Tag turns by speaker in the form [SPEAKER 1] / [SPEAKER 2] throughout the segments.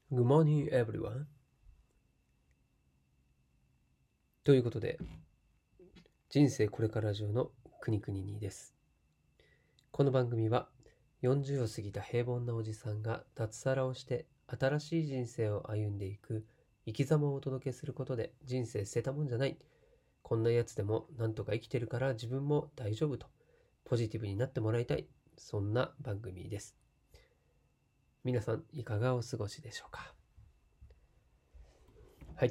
[SPEAKER 1] Good morning, everyone. ということで、人生これから中のくにくににです。この番組は40を過ぎた平凡なおじさんが脱サラをして新しい人生を歩んでいく生き様をお届けすることで、人生捨てたもんじゃない、こんなやつでもなんとか生きてるから自分も大丈夫とポジティブになってもらいたい、そんな番組です。皆さんいかがお過ごしでしょうか。はい。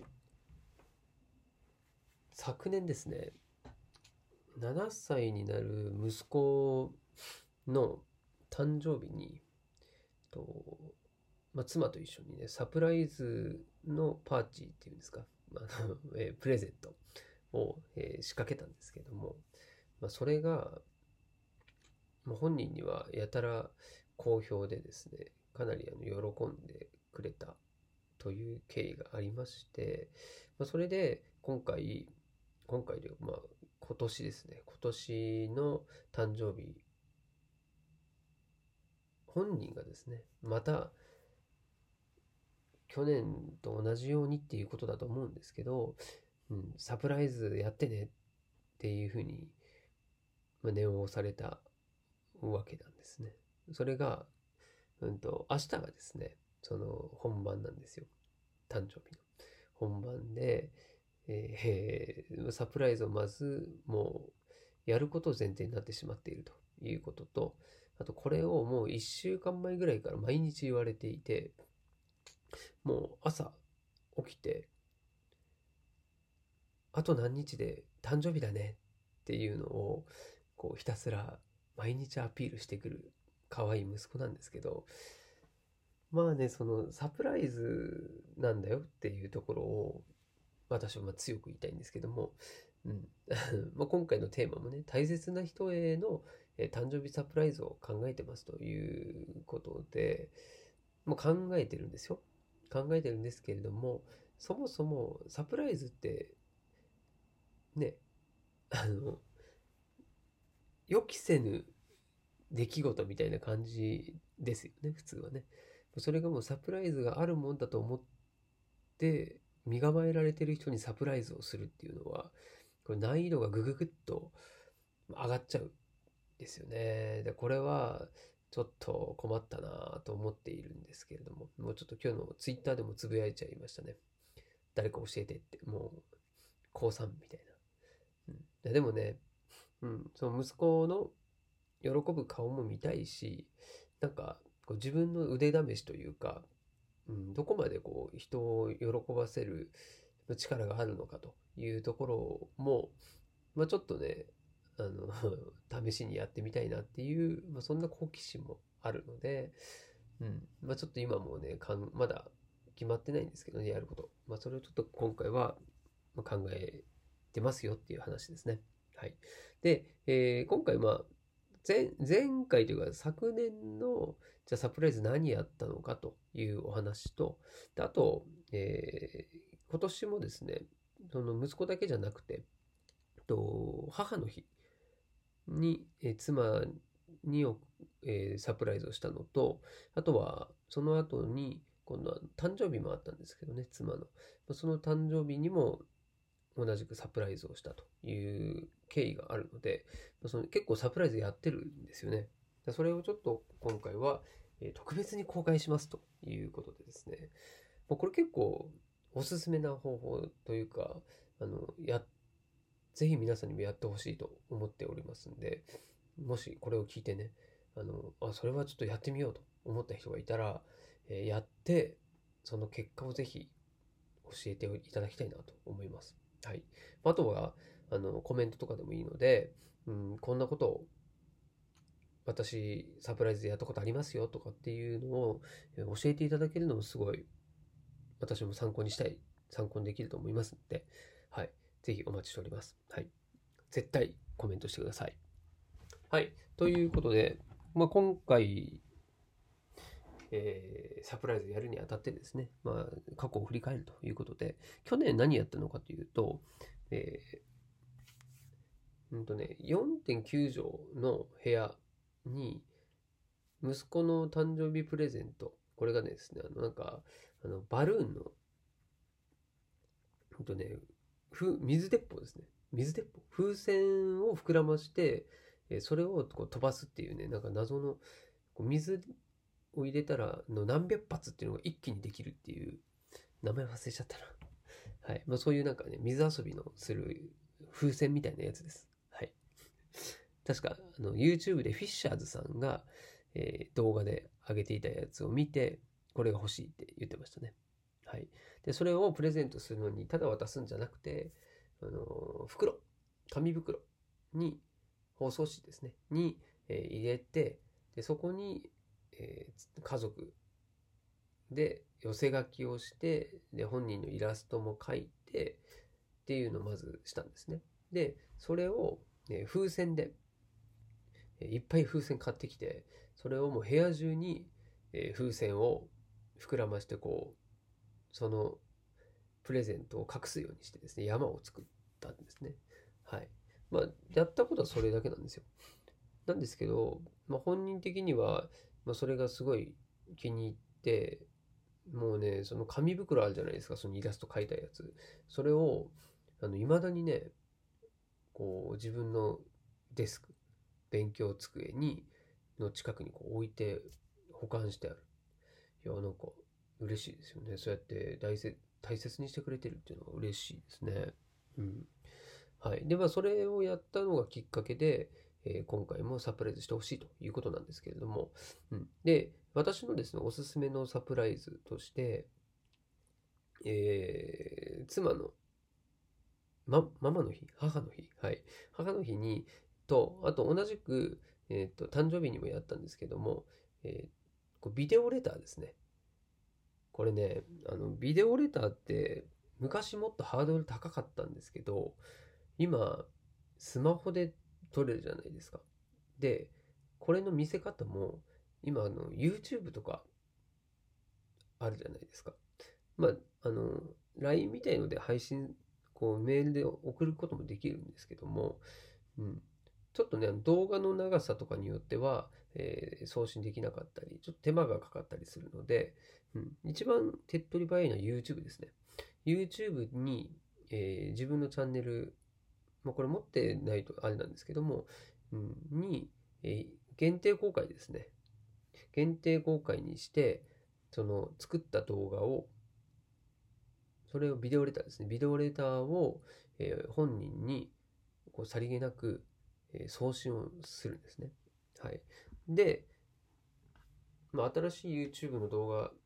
[SPEAKER 1] 昨年ですね、7歳になる息子の誕生日に、と妻と一緒にね、サプライズのパーティーっていうんですか、プレゼントを、仕掛けたんですけども、それが、本人にはやたら好評でですね、かなり喜んでくれたという経緯がありまして、それで今回で、今年ですね、今年の誕生日、本人がですね、また去年と同じようにっていうことだと思うんですけど、サプライズやってねっていうふうに、念を押されたわけなんですね。それが、明日がですね、その本番なんですよ。誕生日の。本番で、サプライズをまずもうやることを前提になってしまっているということと、あとこれをもう1週間前ぐらいから毎日言われていて、もう朝起きて、あと何日で誕生日だねっていうのをこうひたすら毎日アピールしてくる可愛い息子なんですけど、そのサプライズなんだよっていうところを私は強く言いたいんですけども、うん、今回のテーマもね、大切な人への誕生日サプライズを考えてますということで、もう考えてるんですよ。考えてるんですけれども、そもそもサプライズってね、あの、予期せぬ出来事みたいな感じですよね、普通はね。それがもうサプライズがあるもんだと思って身構えられてる人にサプライズをするっていうのは、これ難易度がぐぐぐっと上がっちゃうんですよね。で、これはちょっと困ったなと思っているんですけれども、もうちょっと今日のツイッターでもつぶやいちゃいましたね。誰か教えてって、もう、高3みたいな。でもね、その息子の喜ぶ顔も見たいし、なんかこう自分の腕試しというか、どこまでこう人を喜ばせる力があるのかというところも、ちょっとね、あの試しにやってみたいなっていう、そんな好奇心もあるので、ちょっと今もね、まだ決まってないんですけどね、やること。それをちょっと今回は考えてますよっていう話ですね。はい。で、今回前回というか昨年のじゃあサプライズ何やったのかというお話と、であと、今年もですね、その息子だけじゃなくて、母の日に、妻にサプライズをしたのと、あとはその後に今度は誕生日もあったんですけどね、妻の。その誕生日にも同じくサプライズをしたという経緯があるので、その結構サプライズやってるんですよね。それをちょっと今回は特別に公開しますということでですね、これ結構おすすめな方法というか、あの、や、ぜひ皆さんにもやってほしいと思っておりますんで、もしこれを聞いてね、それはちょっとやってみようと思った人がいたら、やって、その結果をぜひ教えていただきたいなと思います。はい。あとは、コメントとかでもいいので、こんなことを私、サプライズでやったことありますよとかっていうのを教えていただけるのもすごい、私も参考にできると思いますので、はい。ぜひお待ちしております。はい。絶対コメントしてください。はい。ということで、今回、サプライズやるにあたってですね、過去を振り返るということで、去年何やったのかというと、え4.9畳の部屋に息子の誕生日プレゼントこれがですね、バルーンの、ね、水鉄砲ですね。水鉄砲。風船を膨らまして、それをこう飛ばすっていうね、なんか謎の、水を入れたら何百発っていうのが一気にできるっていう、名前忘れちゃったな。はい。まあそういうなんかね、水遊びのする風船みたいなやつです。はい。確か、YouTube でフィッシャーズさんが、動画で上げていたやつを見て、これが欲しいって言ってましたね。はい。で、それをプレゼントするのに、ただ渡すんじゃなくて、紙袋に、包装紙ですね、に、入れて、で、そこに、家族で寄せ書きをして、で、本人のイラストも描いて、っていうのをまずしたんですね。で、それを、風船で、いっぱい風船買ってきて、それをもう部屋中に、風船を膨らまして、そのプレゼントを隠すようにしてですね、山を作ったんですね。はい。まあ、やったことはそれだけなんですよ。なんですけど、まあ、本人的には、まあ、それがすごい気に入って、もうね、その紙袋あるじゃないですか、そのイラスト描いたやつ。それを、未だにね、自分のデスク、勉強机の近くに置いて保管してある。いや、なんか嬉しいですよね。そうやって大切にしてくれてるっていうのは嬉しいですね。うん。はい。で、まあ、それをやったのがきっかけで、今回もサプライズしてほしいということなんですけれども、うん。で、私のですね、おすすめのサプライズとして、妻のママの日、母の日、はい。母の日に、あと同じく、誕生日にもやったんですけども、ビデオレターですね。これね、ビデオレターって昔もっとハードル高かったんですけど、今、スマホで撮れるじゃないですか。で、これの見せ方も、今、YouTube とかあるじゃないですか。まあ、LINE みたいので配信、メールで送ることもできるんですけども、うん。ちょっとね、動画の長さとかによっては、送信できなかったり、ちょっと手間がかかったりするので、うん。一番手っ取り早いのは YouTube ですね。YouTube に、自分のチャンネル、まあ、これ持ってないとあれなんですけども、うん、限定公開ですね。限定公開にして、その作った動画を、それをビデオレターですね。ビデオレターを、本人にさりげなく、送信をするんですね。はい。で、まあ、新しい YouTube の動画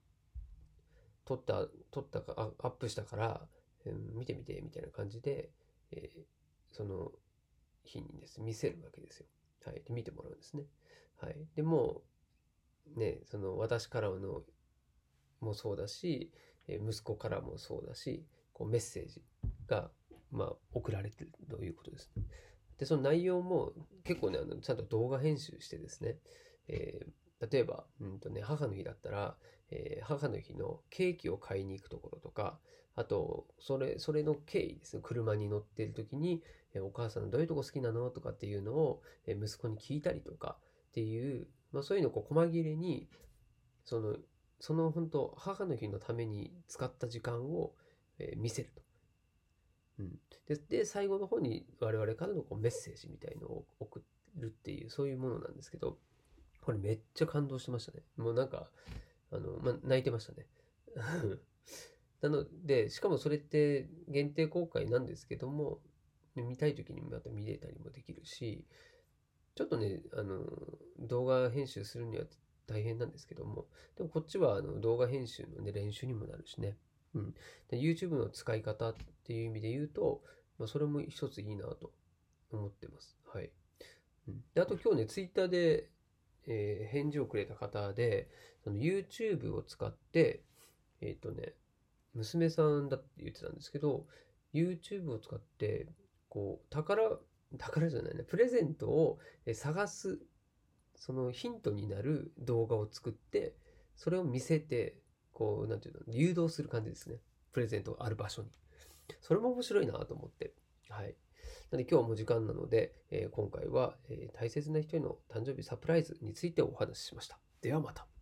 [SPEAKER 1] 撮ったか、アップしたから、見てみて、みたいな感じで、その日にですね、見せるわけですよ。はい。で、見てもらうんですね。はい。でもね、その私からのもそうだし、息子からもそうだし、メッセージが、まあ、送られてるということですね。で、その内容も結構ね、ちゃんと動画編集してですね、例えば、母の日だったら、母の日のケーキを買いに行くところとか、あと、それの経緯ですね。車に乗っている時に、お母さんどういうとこ好きなのとかっていうのを、息子に聞いたりとかっていう、まあそういうのを細切れに、その、本当母の日のために使った時間を、見せると。うん。で、最後の方に我々からのメッセージみたいのを送るっていう、そういうものなんですけど、これめっちゃ感動してましたね。もうなんか、泣いてましたね。なので、しかもそれって限定公開なんですけども、見たい時にまた見れたりもできるし、ちょっとね、動画編集するには大変なんですけども、でもこっちは動画編集のね、練習にもなるしね。うん。で、YouTube の使い方っていう意味で言うと、まあ、それも一ついいなと思ってます。はい。うん。で、あと今日ね、Twitter で、返事をくれた方で、その YouTube を使って、娘さんだって言ってたんですけど、YouTube を使って、宝じゃないね、プレゼントを探す、そのヒントになる動画を作って、それを見せて、なんていうの、誘導する感じですね。プレゼントがある場所に。それも面白いなと思って。はい。なので今日も時間なので、今回は、大切な人への誕生日サプライズについてお話ししました。ではまた。